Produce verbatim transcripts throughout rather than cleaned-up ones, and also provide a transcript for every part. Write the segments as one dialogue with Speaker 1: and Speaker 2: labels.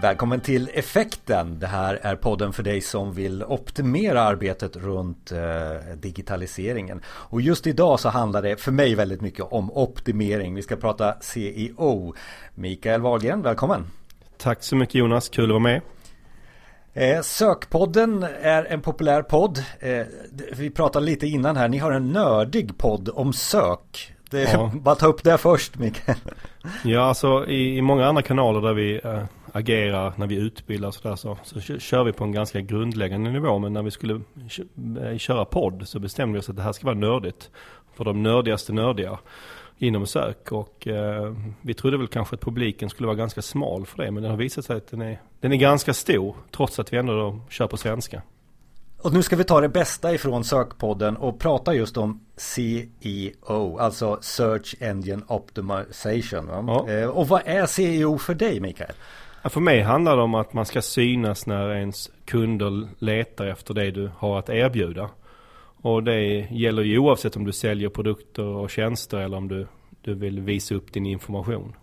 Speaker 1: Välkommen till Effekten. Det här är podden för dig som vill optimera arbetet runt eh, digitaliseringen. Och just idag så handlar det för mig väldigt mycket om optimering. Vi ska prata C E O. Mikael Wahlgren, välkommen.
Speaker 2: Tack så mycket Jonas, kul att vara med.
Speaker 1: Eh, Sökpodden är en populär podd. Eh, vi pratade lite innan här, ni har en nördig podd om sök. Det är ja. Bara ta upp det först, Mikael.
Speaker 2: Ja, alltså i, i många andra kanaler där vi äh, agerar när vi utbildar och sådär, så, så kör vi på en ganska grundläggande nivå. Men när vi skulle köra podd så bestämde vi oss att det här ska vara nördigt. För de nördigaste nördiga inom sök. Och äh, vi trodde väl kanske att publiken skulle vara ganska smal för det. Men det har visat sig att den är, den är ganska stor, trots att vi ändå då kör på svenska.
Speaker 1: Och nu ska vi ta det bästa ifrån Sökpodden och prata just om C E O, alltså Search Engine Optimization. Ja. Och vad är C E O för dig, Mikael?
Speaker 2: Ja, för mig handlar det om att man ska synas när ens kunder letar efter det du har att erbjuda. Och det gäller ju oavsett om du säljer produkter och tjänster eller om du, du vill visa upp din information.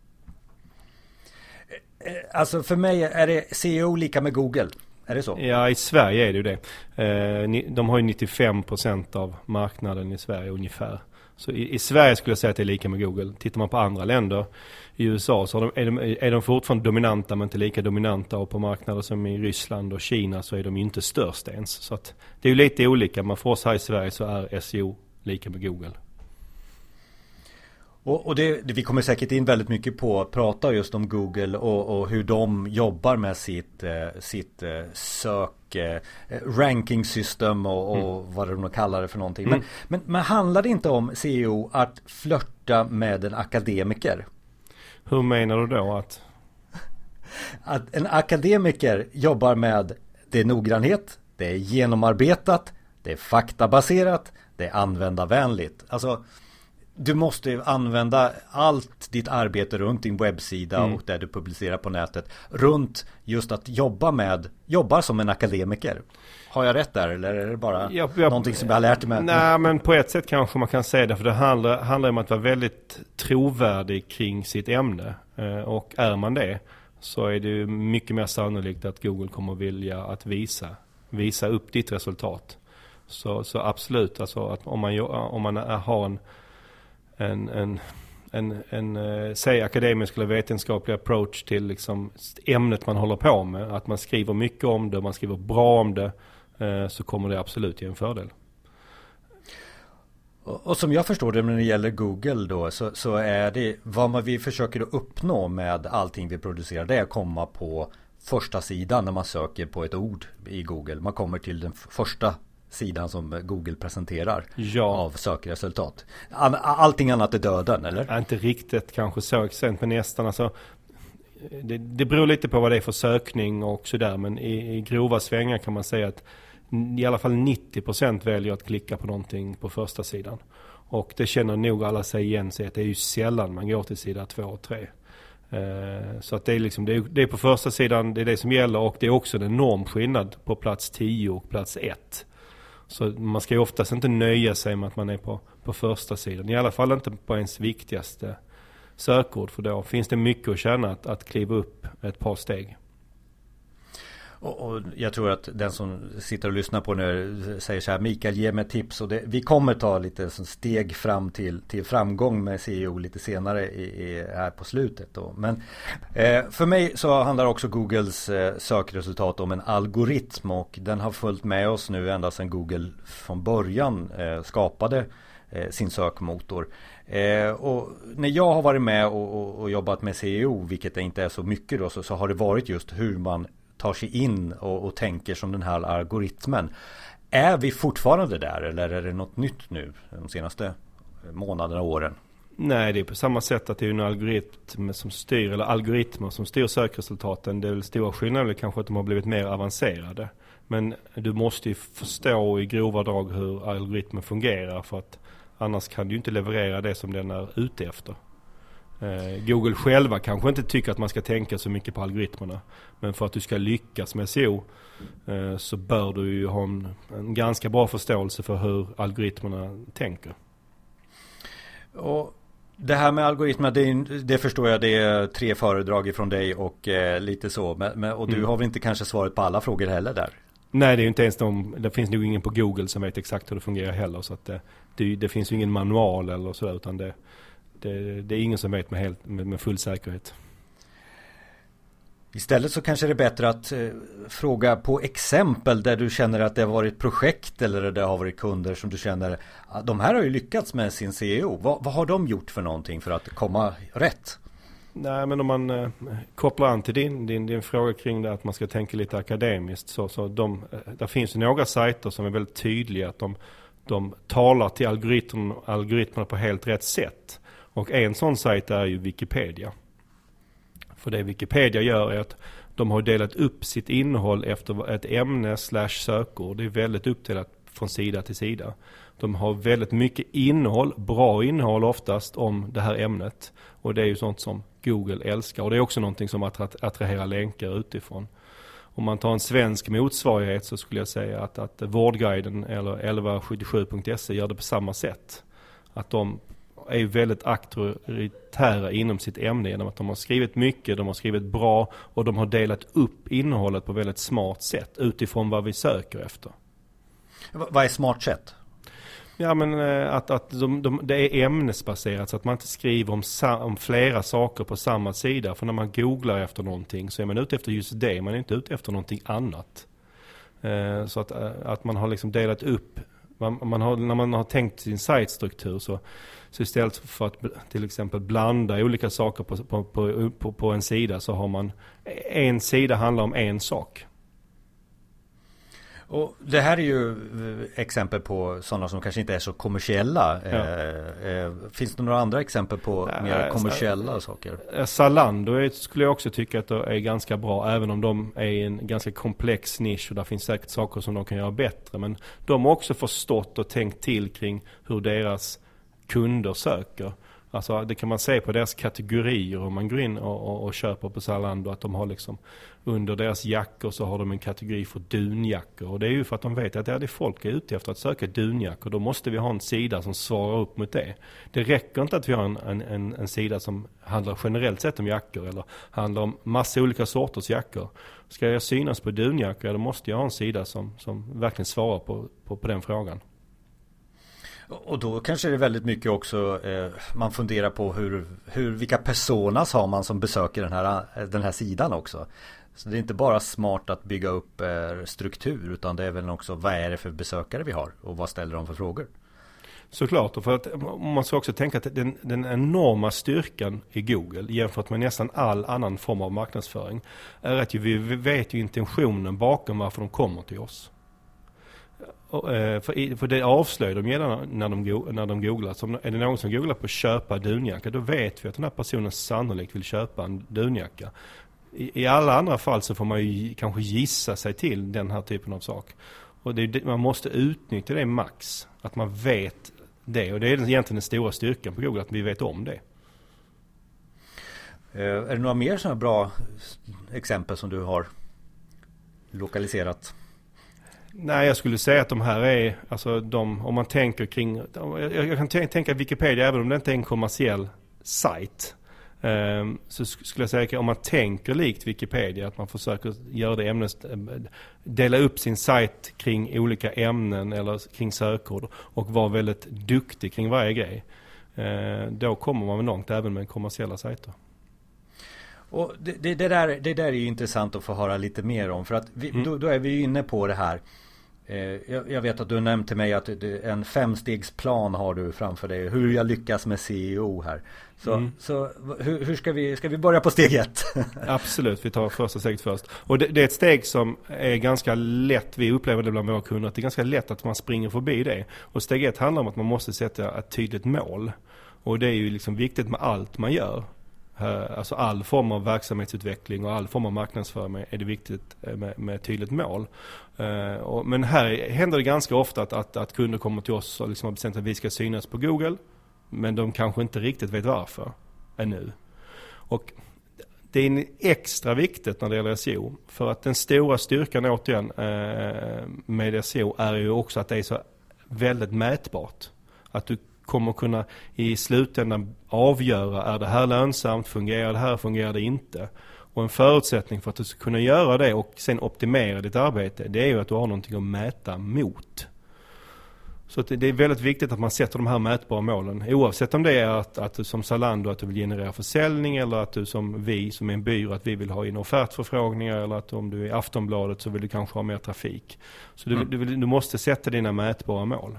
Speaker 1: Alltså för mig är det C E O lika med Google. Är det så?
Speaker 2: Ja, i Sverige är det ju det. De har ju nittiofem procent av marknaden i Sverige ungefär. Så i, i Sverige skulle jag säga att det är lika med Google. Tittar man på andra länder, i U S A så är de, är de, är de fortfarande dominanta men inte lika dominanta. Och på marknader som i Ryssland och Kina så är de ju inte störst ens. Så att det är ju lite olika, men för oss här i Sverige så är S E O lika med Google.
Speaker 1: Och, och det, det, vi kommer säkert in väldigt mycket på att prata just om Google och, och hur de jobbar med sitt, eh, sitt eh, sök, eh, rankingsystem och, och mm. vad de kallar det för någonting. Mm. Men, men, men handlar det inte om C E O att flörta med en akademiker?
Speaker 2: Hur menar du då att?
Speaker 1: Att en akademiker jobbar med det är noggrannhet, det är genomarbetat, det är faktabaserat, det är användarvänligt. Alltså du måste använda allt ditt arbete runt din webbsida mm. och där du publicerar på nätet runt just att jobba med, jobbar som en akademiker. Har jag rätt där eller är det bara ja, ja, någonting som jag har lärt mig?
Speaker 2: Nej, men på ett sätt kanske man kan säga det, för det handlar, handlar om att vara väldigt trovärdig kring sitt ämne. Och är man det så är det mycket mer sannolikt att Google kommer vilja att visa, visa upp ditt resultat. Så, så absolut, alltså att om man, om man har en en, en, en, en, en säg akademisk eller vetenskaplig approach till liksom ämnet man håller på med, att man skriver mycket om det, man skriver bra om det, eh, så kommer det absolut ge en fördel.
Speaker 1: Och, och som jag förstår det när det gäller Google då, så, så är det vad man, vi försöker att uppnå med allting vi producerar, det är att komma på första sidan när man söker på ett ord i Google. Man kommer till den f- första sidan som Google presenterar ja. av sökresultat. All, allting annat är döden, eller?
Speaker 2: Ja, inte riktigt kanske så exakt, men nästan. Alltså, det, det beror lite på vad det är för sökning och sådär, men i, i grova svängar kan man säga att i alla fall nittio procent väljer att klicka på någonting på första sidan. Och det känner nog alla sig igen sig att det är ju sällan man går till sida två och tre. Eh, så att det är, liksom, det, är, det är på första sidan, det är det som gäller, och det är också en enorm skillnad på plats tio och plats ett. Så man ska ju oftast inte nöja sig med att man är på, på första sidan. I alla fall inte på ens viktigaste sökord. För då finns det mycket att tjäna att, att kliva upp ett par steg.
Speaker 1: Och, och jag tror att den som sitter och lyssnar på nu säger så här: Mikael, ge mig tips. Och det, vi kommer ta lite som steg fram till, till framgång med C E O lite senare i, i, här på slutet då. Men eh, för mig så handlar också Googles eh, sökresultat om en algoritm, och den har följt med oss nu ända sedan Google från början eh, skapade eh, sin sökmotor. Eh, och när jag har varit med och, och, och jobbat med C E O, vilket det inte är så mycket då, så, så har det varit just hur man tar sig in och, och tänker som den här algoritmen. Är vi fortfarande där, eller är det något nytt nu de senaste månaderna och åren?
Speaker 2: Nej, det är på samma sätt att det är en algoritm som styr, eller algoritmer som styr sökresultaten. Det är väl stora skillnader kanske att de har blivit mer avancerade. Men du måste ju förstå i grova drag hur algoritmen fungerar, för att annars kan du ju inte leverera det som den är ute efter. Eh, Google själva kanske inte tycker att man ska tänka så mycket på algoritmerna, men för att du ska lyckas med S E O eh, så bör du ju ha en, en ganska bra förståelse för hur algoritmerna tänker.
Speaker 1: Och Det här med algoritmer, det, det förstår jag, det är tre föredrag ifrån dig och eh, lite så. Men, men, och du mm. har väl inte kanske svaret på alla frågor heller där?
Speaker 2: Nej, det är ju inte ens de, det finns nog ingen på Google som vet exakt hur det fungerar heller. Så att det, det, det finns ju ingen manual eller så, utan det, det, det är ingen som vet med, helt, med, med full säkerhet.
Speaker 1: Istället så kanske det är bättre att eh, fråga på exempel där du känner att det har varit projekt eller där det har varit kunder som du känner, de här har ju lyckats med sin C E O. Va, vad har de gjort för någonting för att komma rätt?
Speaker 2: Nej, men om man eh, kopplar an till din, din, din fråga kring det att man ska tänka lite akademiskt, så, så de, där finns ju några sajter som är väldigt tydliga att de, de talar till algoritm, algoritmerna på helt rätt sätt. Och en sån sajt är ju Wikipedia. För det Wikipedia gör är att de har delat upp sitt innehåll efter ett ämne slash sökord. Det är väldigt uppdelat från sida till sida. De har väldigt mycket innehåll, bra innehåll oftast om det här ämnet. Och det är ju sånt som Google älskar. Och det är också någonting som attraherar länkar utifrån. Om man tar en svensk motsvarighet så skulle jag säga att, att Vårdguiden eller elva sjuttiosju punkt se gör det på samma sätt. Att de är ju väldigt auktoritära inom sitt ämne genom att de har skrivit mycket, de har skrivit bra och de har delat upp innehållet på väldigt smart sätt utifrån vad vi söker efter.
Speaker 1: V- vad är smart sätt?
Speaker 2: Ja, men att, att de, de, det är ämnesbaserat så att man inte skriver om, om flera saker på samma sida. För när man googlar efter någonting så är man ute efter just det, man är inte ute efter någonting annat. Eh, så att, att man har liksom delat upp, man, man har, när man har tänkt sin sajtstruktur så, så istället för att till exempel blanda olika saker på, på, på, på, på en sida så har man en sida handlar om en sak.
Speaker 1: Och det här är ju exempel på sådana som kanske inte är så kommersiella. Ja. Eh, finns det några andra exempel på ja, mer kommersiella så, saker?
Speaker 2: Zalando skulle jag också tycka att det är ganska bra, även om de är i en ganska komplex nisch och där finns säkert saker som de kan göra bättre. Men de har också förstått och tänkt till kring hur deras kunder söker. Alltså det kan man se på deras kategorier om man går in och, och, och köper på Zalando, att de har liksom under deras jackor så har de en kategori för dunjackor. Och det är ju för att de vet att ja, det är folk är ute efter att söka dunjackor. Då måste vi ha en sida som svarar upp mot det. Det räcker inte att vi har en, en, en sida som handlar generellt sett om jackor eller handlar om massa olika sorters jackor. Ska jag synas på dunjackor, då måste jag ha en sida som, som verkligen svarar på, på, på den frågan.
Speaker 1: Och då kanske det är väldigt mycket också eh, man funderar på hur, hur vilka personas har man som besöker den här, den här sidan också. Så det är inte bara smart att bygga upp eh, struktur, utan det är väl också vad är det för besökare vi har och vad ställer de för frågor.
Speaker 2: Såklart, och för att man ska också tänka att den, den enorma styrkan i Google jämfört med nästan all annan form av marknadsföring är att vi vet ju intentionen bakom varför de kommer till oss. För, för det avslöjar de gärna när de, när de googlar. Så är det någon som googlar på köpa dunjacka, då vet vi att den här personen sannolikt vill köpa en dunjacka. I, i alla andra fall så får man ju kanske gissa sig till den här typen av sak. Och det, man måste utnyttja det max. Att man vet det. Och det är egentligen den stora styrkan på Google, att vi vet om det.
Speaker 1: Är det några mer sådana bra exempel som du har lokaliserat?
Speaker 2: Nej, jag skulle säga att de här är, alltså de, om man tänker kring, jag, jag kan t- tänka Wikipedia, även om det inte är en kommersiell sajt, eh, så skulle jag säga att om man tänker likt Wikipedia, att man försöker göra det ämnet, dela upp sin sajt kring olika ämnen eller kring sökord och vara väldigt duktig kring varje grej, eh, då kommer man långt även med kommersiella sajter.
Speaker 1: Och det, det, det, där, det där är ju intressant att få höra lite mer om, för att vi, mm. då, då är vi ju inne på det här. Eh, jag, jag vet att du nämnde till mig att du, en femstegsplan har du framför dig, hur jag lyckas med C E O här. Så, mm. så hur, hur ska vi, ska vi börja på steg ett?
Speaker 2: Absolut, vi tar första steget först. Och det, det är ett steg som är ganska lätt, vi upplever det bland våra kunder, att det är ganska lätt att man springer förbi det. Och steg ett handlar om att man måste sätta ett tydligt mål. Och det är ju liksom viktigt med allt man gör. Alltså all form av verksamhetsutveckling och all form av marknadsföring är det viktigt med, med ett tydligt mål. Uh, och, men här händer det ganska ofta att, att, att kunder kommer till oss och liksom har bestämt att vi ska synas på Google, men de kanske inte riktigt vet varför ännu. Och det är extra viktigt när det gäller S E O, för att den stora styrkan återigen uh, med S E O är ju också att det är så väldigt mätbart. Att du kommer kunna i slutändan avgöra, är det här lönsamt, fungerar det här, fungerar det inte. Och en förutsättning för att du ska kunna göra det och sen optimera ditt arbete, det är ju att du har någonting att mäta mot. Så att det är väldigt viktigt att man sätter de här mätbara målen. Oavsett om det är att, att du som Zalando att du vill generera försäljning, eller att du som vi som är en byrå att vi vill ha in offertförfrågningar, eller att om du är Aftonbladet så vill du kanske ha mer trafik. Så du, mm. du, du måste sätta dina mätbara mål.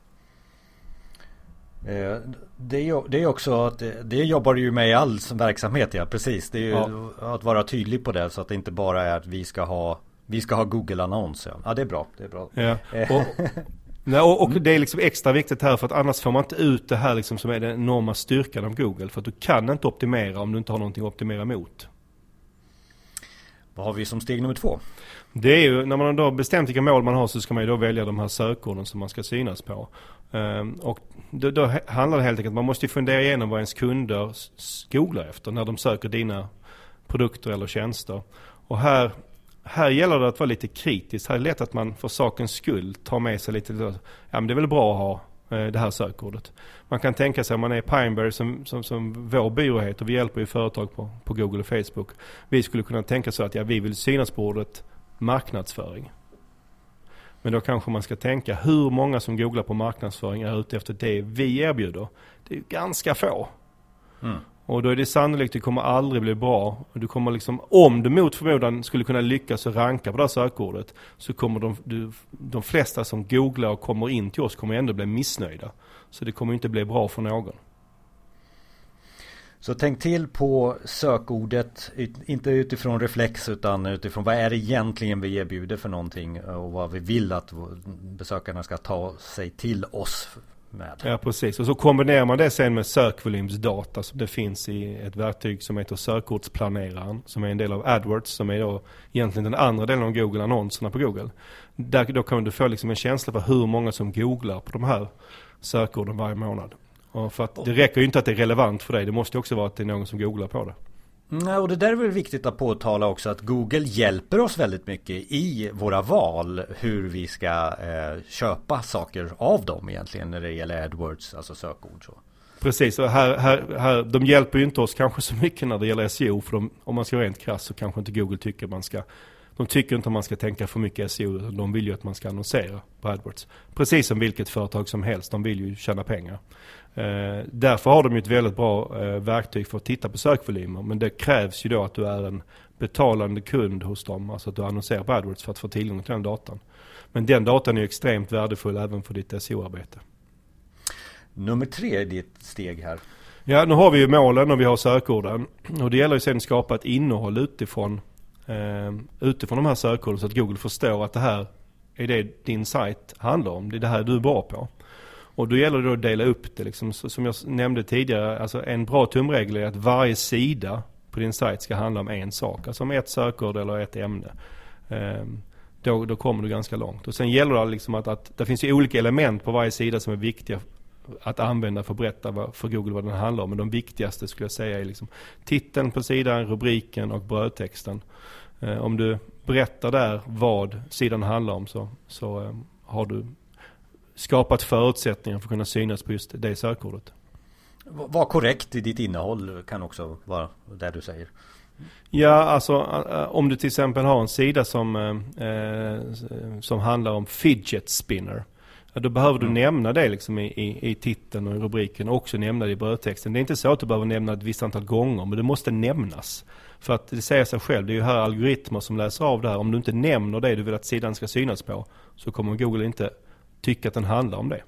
Speaker 1: Det är, det är också att det jobbar du ju med i all verksamhet, ja precis. Det är ju ja. Att vara tydlig på det så att det inte bara är att vi ska ha vi ska ha Google-annons. Ja, det är bra. Det är bra.
Speaker 2: Ja. Och, nej, och, och det är liksom extra viktigt här, för att annars får man inte ut det här liksom som är den enorma styrkan av Google, för att du kan inte optimera om du inte har någonting att optimera mot.
Speaker 1: Vad har vi som steg nummer två?
Speaker 2: Det är ju, när man då bestämt vilka mål man har, så ska man ju då välja de här sökorden som man ska synas på. Um, och då, då handlar det helt enkelt, man måste ju fundera igenom vad ens kunder googlar efter när de söker dina produkter eller tjänster. Och här, här gäller det att vara lite kritisk. Här är det lätt att man för sakens skull tar med sig lite, ja men det är väl bra att ha eh, det här sökordet. Man kan tänka sig, om man är Pineberry som, som, som vår byrå heter, och vi hjälper ju företag på, på Google och Facebook. Vi skulle kunna tänka så att ja, vi vill synas på ordet marknadsföring. Men då kanske man ska tänka, hur många som googlar på marknadsföring är ute efter det vi erbjuder? Det är ju ganska få. Mm. Och då är det sannolikt att det kommer aldrig bli bra. Och du kommer liksom, om du mot förmodan skulle kunna lyckas och ranka på det här sökordet, så kommer de, de, de flesta som googlar och kommer in till oss kommer ändå bli missnöjda. Så det kommer inte bli bra för någon.
Speaker 1: Så tänk till på sökordet, inte utifrån reflex utan utifrån vad är det egentligen vi erbjuder för någonting och vad vi vill att besökarna ska ta sig till oss med.
Speaker 2: Ja, precis. Och så kombinerar man det sen med sökvolymsdata som det finns i ett verktyg som heter sökordsplaneraren, som är en del av AdWords, som är då egentligen den andra delen av Google-annonserna på Google. Där, då kan du få liksom en känsla för hur många som googlar på de här sökorden varje månad. Och för att det räcker ju inte att det är relevant för dig, det måste också vara att det är någon som googlar på det.
Speaker 1: Nej, och det där är väl viktigt att påtala också, att Google hjälper oss väldigt mycket i våra val hur vi ska eh, köpa saker av dem egentligen när det gäller AdWords, alltså sökord. Så.
Speaker 2: Precis, och här, här, här, de hjälper ju inte oss kanske så mycket när det gäller S E O, för de, om man ska vara rent krass så kanske inte Google tycker man ska, de tycker inte att man ska tänka för mycket S E O, de vill ju att man ska annonsera på AdWords. Precis som vilket företag som helst, de vill ju tjäna pengar. Eh, därför har de ju ett väldigt bra eh, verktyg för att titta på sökvolymer, men det krävs ju då att du är en betalande kund hos dem, alltså att du annonserar på AdWords för att få tillgång till den datan. Men den datan är ju extremt värdefull även för ditt S E O-arbete.
Speaker 1: Nummer tre är ditt steg här.
Speaker 2: Ja, nu har vi ju målen och vi har sökorden, och det gäller ju sen att skapa ett innehåll utifrån, eh, utifrån de här sökorden så att Google förstår att det här är det din sajt handlar om, det är det här du är bra på. Och då gäller det att dela upp det liksom, så, som jag nämnde tidigare, alltså en bra tumregel är att varje sida på din sajt ska handla om en sak, alltså om ett sökord eller ett ämne. Ehm, då, då kommer du ganska långt. Och sen gäller det liksom att, att det finns ju olika element på varje sida som är viktiga att använda för att berätta vad, för Google vad den handlar om. Men de viktigaste skulle jag säga är liksom titeln på sidan, rubriken och brödtexten. Ehm, om du berättar där vad sidan handlar om, så, så um, har du skapat förutsättningar för att kunna synas på just det sökordet.
Speaker 1: Var korrekt i ditt innehåll kan också vara det du säger.
Speaker 2: Ja, alltså om du till exempel har en sida som, eh, som handlar om fidget spinner, då behöver du mm. nämna det liksom i, i, i titeln och i rubriken och också nämna det i brödtexten. Det är inte så att du behöver nämna ett visst antal gånger, men det måste nämnas. För att det säger sig själv, det är ju här algoritmer som läser av det här. Om du inte nämner det du vill att sidan ska synas på, så kommer Google inte tycka att den handlar om det.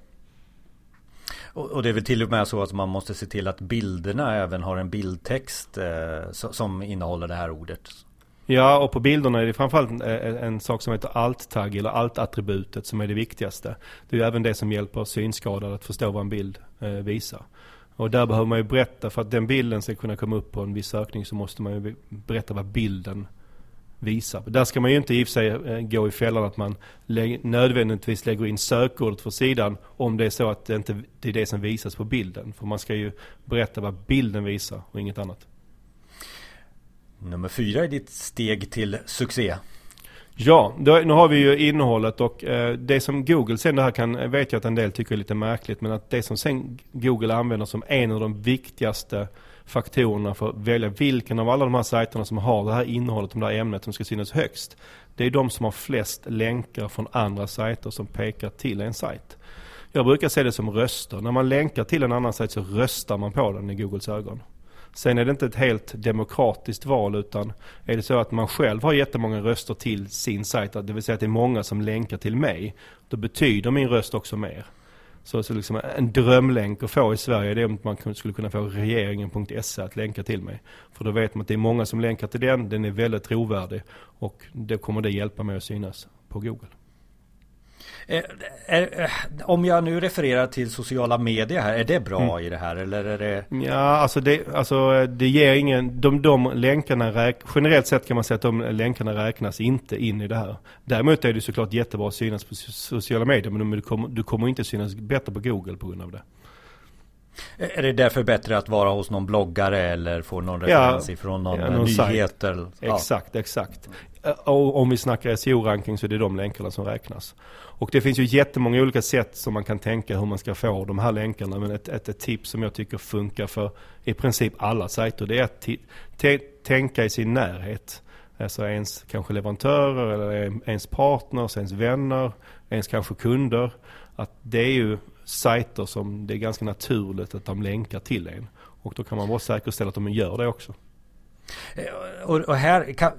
Speaker 1: Och, och det är väl till och med så att man måste se till att bilderna även har en bildtext eh, som innehåller det här ordet.
Speaker 2: Ja, och på bilderna är det framförallt en, en sak som heter alt-tagg eller alt-attributet som är det viktigaste. Det är ju även det som hjälper synskadade att förstå vad en bild eh, visar. Och där behöver man ju berätta, för att den bilden ska kunna komma upp på en viss sökning så måste man ju berätta vad bilden visar. Där ska man ju inte i och för sig gå i fällan att man lä- nödvändigtvis lägger in sökordet för sidan om det är så att det inte det är det som visas på bilden. För man ska ju berätta vad bilden visar och inget annat.
Speaker 1: Nummer fyra är ditt steg till succé.
Speaker 2: Ja, då, nu har vi ju innehållet och eh, det som Google sen det här kan, vet jag att en del tycker är lite märkligt, men att det som sen Google använder som en av de viktigaste faktorerna för att välja vilken av alla de här sajterna som har det här innehållet, om det här ämnet som ska synas högst, det är de som har flest länkar från andra sajter som pekar till en sajt. Jag brukar se det som röster. När man länkar till en annan sajt så röstar man på den i Googles ögon. Sen är det inte ett helt demokratiskt val, utan är det så att man själv har jättemånga röster till sin sajt, det vill säga att det är många som länkar till mig, då betyder min röst också mer. Så, så liksom en drömlänk att få i Sverige, det är om man skulle kunna få regeringen punkt se att länka till mig. För då vet man att det är många som länkar till den, den är väldigt trovärdig och det kommer det hjälpa mig att synas på Google.
Speaker 1: Eh, är, om jag nu refererar till sociala medier här, är det bra mm. i det här eller är det...
Speaker 2: Ja, alltså det, alltså det ger ingen, de, de länkarna räk, generellt sett kan man säga att de länkarna räknas inte in i det här. Däremot är det såklart jättebra att synas på sociala medier, men du kommer, du kommer inte synas bättre på Google på grund av det.
Speaker 1: Är det därför bättre att vara hos någon bloggare eller få någon referens ja, ifrån någon, ja, någon nyheter?
Speaker 2: Ja. Exakt, exakt. Och om vi snackar S E O-ranking så är det de länkarna som räknas. Och det finns ju jättemånga olika sätt som man kan tänka hur man ska få de här länkarna. Men ett, ett, ett tips som jag tycker funkar för i princip alla sajter, det är att t- t- tänka i sin närhet. Alltså ens kanske leverantörer eller ens partners, ens vänner, ens kanske kunder. Att det är ju sajter som det är ganska naturligt att de länkar till en. Och då kan man bara säkerställa att de gör det också.
Speaker 1: Och här kan,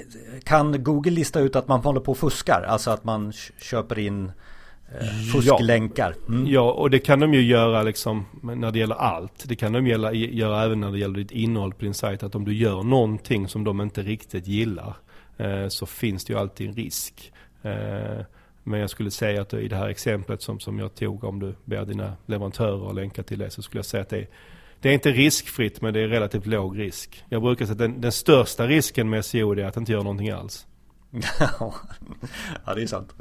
Speaker 1: kan Google lista ut att man håller på och fuskar, alltså att man köper in eh, fusklänkar.
Speaker 2: Mm. Ja, och det kan de ju göra liksom när det gäller allt. Det kan de göra, göra även när det gäller ditt innehåll på din sajt. Att om du gör någonting som de inte riktigt gillar eh, så finns det ju alltid en risk. Eh, men jag skulle säga att i det här exemplet som, som jag tog, om du ber dina leverantörer att länka till det, så skulle jag säga att det är Det är inte riskfritt, men det är relativt låg risk. Jag brukar säga att den, den största risken med S E O är att inte göra någonting alls.
Speaker 1: Ja, det är sant.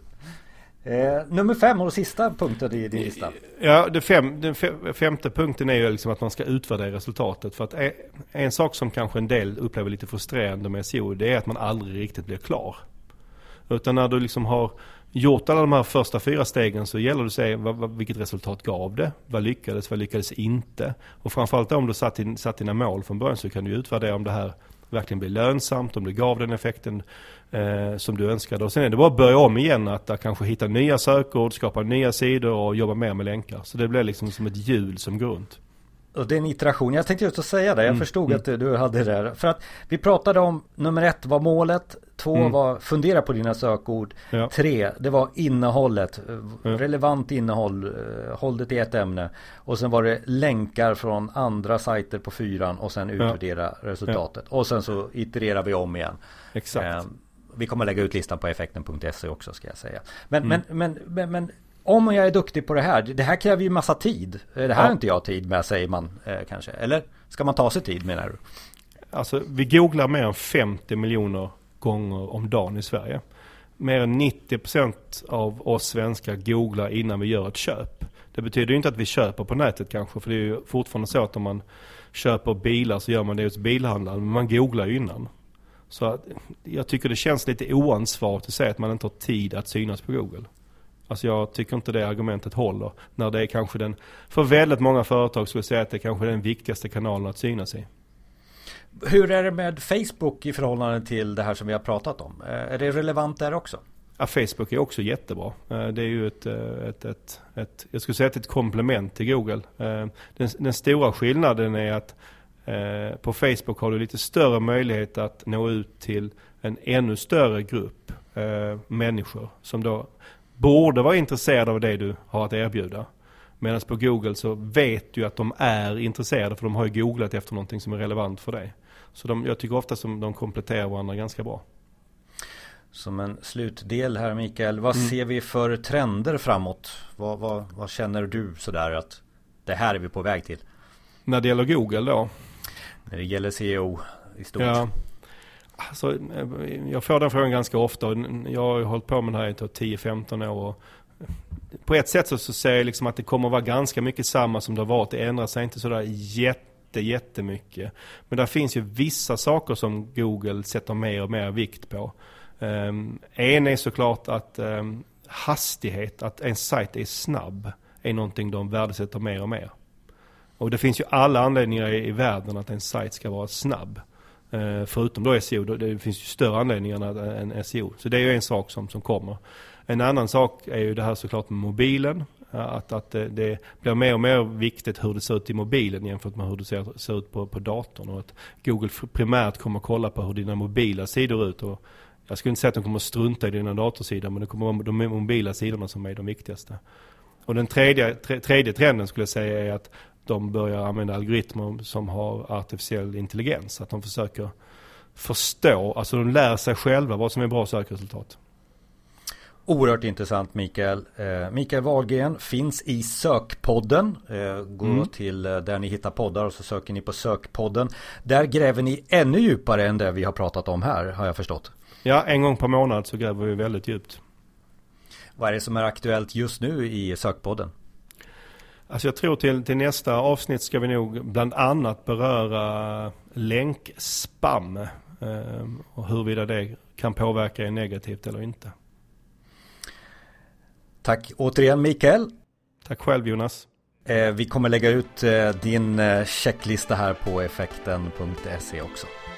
Speaker 1: Eh, nummer fem och sista punkten i din lista.
Speaker 2: Ja, det fem, den femte punkten är ju liksom att man ska utvärdera resultatet. För att en, en sak som kanske en del upplever lite frustrerande med S E O, det är att man aldrig riktigt blir klar. Utan när du liksom har gjort alla de här första fyra stegen så gäller det att se vad, vad, vilket resultat gav det. Vad lyckades, vad lyckades inte. Och framförallt om du satt, in, satt dina mål från början så kan du utvärdera om det här verkligen blir lönsamt, om det gav den effekten eh, som du önskade. Och sen är det bara att börja om igen, att där kanske hitta nya sökord, skapa nya sidor och jobba mer med länkar. Så det blir liksom som ett hjul som går runt.
Speaker 1: Och det är en iteration. Jag tänkte just att säga det. Jag mm. förstod mm. att du hade det där. För att vi pratade om nummer ett var målet. Två mm. var fundera på dina sökord. Ja. Tre, det var innehållet. Ja. Relevant innehåll. Håll det till ett ämne. Och sen var det länkar från andra sajter på fyran. Och sen utvärdera ja. resultatet. Ja. Och sen så itererar vi om igen.
Speaker 2: Exakt.
Speaker 1: Eh, vi kommer lägga ut listan på effekten punkt se också, ska jag säga. Men, mm. men, men, men, men om jag är duktig på det här, det här kräver ju massa tid. Det här ja. har inte jag tid med, säger man eh, kanske. Eller ska man ta sig tid, menar du?
Speaker 2: Alltså, vi googlar mer än femtio miljoner gånger om dagen i Sverige. Mer än nittio procent av oss svenskar googlar innan vi gör ett köp. Det betyder ju inte att vi köper på nätet kanske, för det är ju fortfarande så att om man köper bilar så gör man det hos bilhandlaren, men man googlar ju innan. Så att, jag tycker det känns lite oansvarigt att säga att man inte har tid att synas på Google. Alltså jag tycker inte det argumentet håller, när det är kanske den, för väldigt många företag skulle säga att det är kanske den viktigaste kanalen att synas i.
Speaker 1: Hur är det med Facebook i förhållande till det här som vi har pratat om? Är det relevant där också?
Speaker 2: Ja, Facebook är också jättebra. Det är ju ett, ett, ett, ett jag skulle säga ett komplement till Google. Den, den stora skillnaden är att på Facebook har du lite större möjlighet att nå ut till en ännu större grupp människor som då borde vara intresserade av det du har att erbjuda. Medan på Google så vet du att de är intresserade, för de har ju googlat efter någonting som är relevant för dig. Så de, jag tycker ofta som de kompletterar varandra ganska bra.
Speaker 1: Som en slutdel här, Mikael, vad mm. ser vi för trender framåt? Vad, vad, vad känner du sådär att det här är vi på väg till?
Speaker 2: När det gäller Google då?
Speaker 1: När det gäller S E O i stort.
Speaker 2: Ja. Alltså, jag får den frågan ganska ofta. Jag har hållit på med det här i tio femton år. Och på ett sätt så, så ser jag liksom att det kommer att vara ganska mycket samma som det har varit. Det ändrar sig inte sådär jätte, jättemycket. Men där finns ju vissa saker som Google sätter mer och mer vikt på. Um, en är såklart att um, hastighet, att en sajt är snabb, är någonting de värdesätter mer och mer. Och det finns ju alla anledningar i, i världen att en sajt ska vara snabb. Uh, förutom då S E O, då, det finns ju större anledningar än S E O. Så det är ju en sak som, som kommer. En annan sak är ju det här såklart med mobilen. Att, att det, det blir mer och mer viktigt hur det ser ut i mobilen jämfört med hur det ser, ser ut på, på datorn. Och att Google primärt kommer att kolla på hur dina mobila sidor ut. Och jag skulle inte säga att de kommer att strunta i dina datorsidor, men det kommer att vara de mobila sidorna som är de viktigaste. Och den tredje, tre, tredje trenden skulle jag säga är att de börjar använda algoritmer som har artificiell intelligens. Att de försöker förstå, alltså de lär sig själva vad som är bra sökresultat.
Speaker 1: Oerhört intressant, Mikael. Eh, Mikael Wahlgren finns i Sökpodden. Eh, gå mm. till eh, där ni hittar poddar och så söker ni på Sökpodden. Där gräver ni ännu djupare än det vi har pratat om här, har jag förstått.
Speaker 2: Ja, en gång per månad så gräver vi väldigt djupt.
Speaker 1: Vad är det som är aktuellt just nu i Sökpodden?
Speaker 2: Alltså jag tror till, till nästa avsnitt ska vi nog bland annat beröra länkspam. Eh, och huruvida det kan påverka er negativt eller inte. Tack återigen, Mikael. Tack själv, Jonas. Eh, vi kommer lägga ut eh, din eh, checklista här på effekten punkt se också.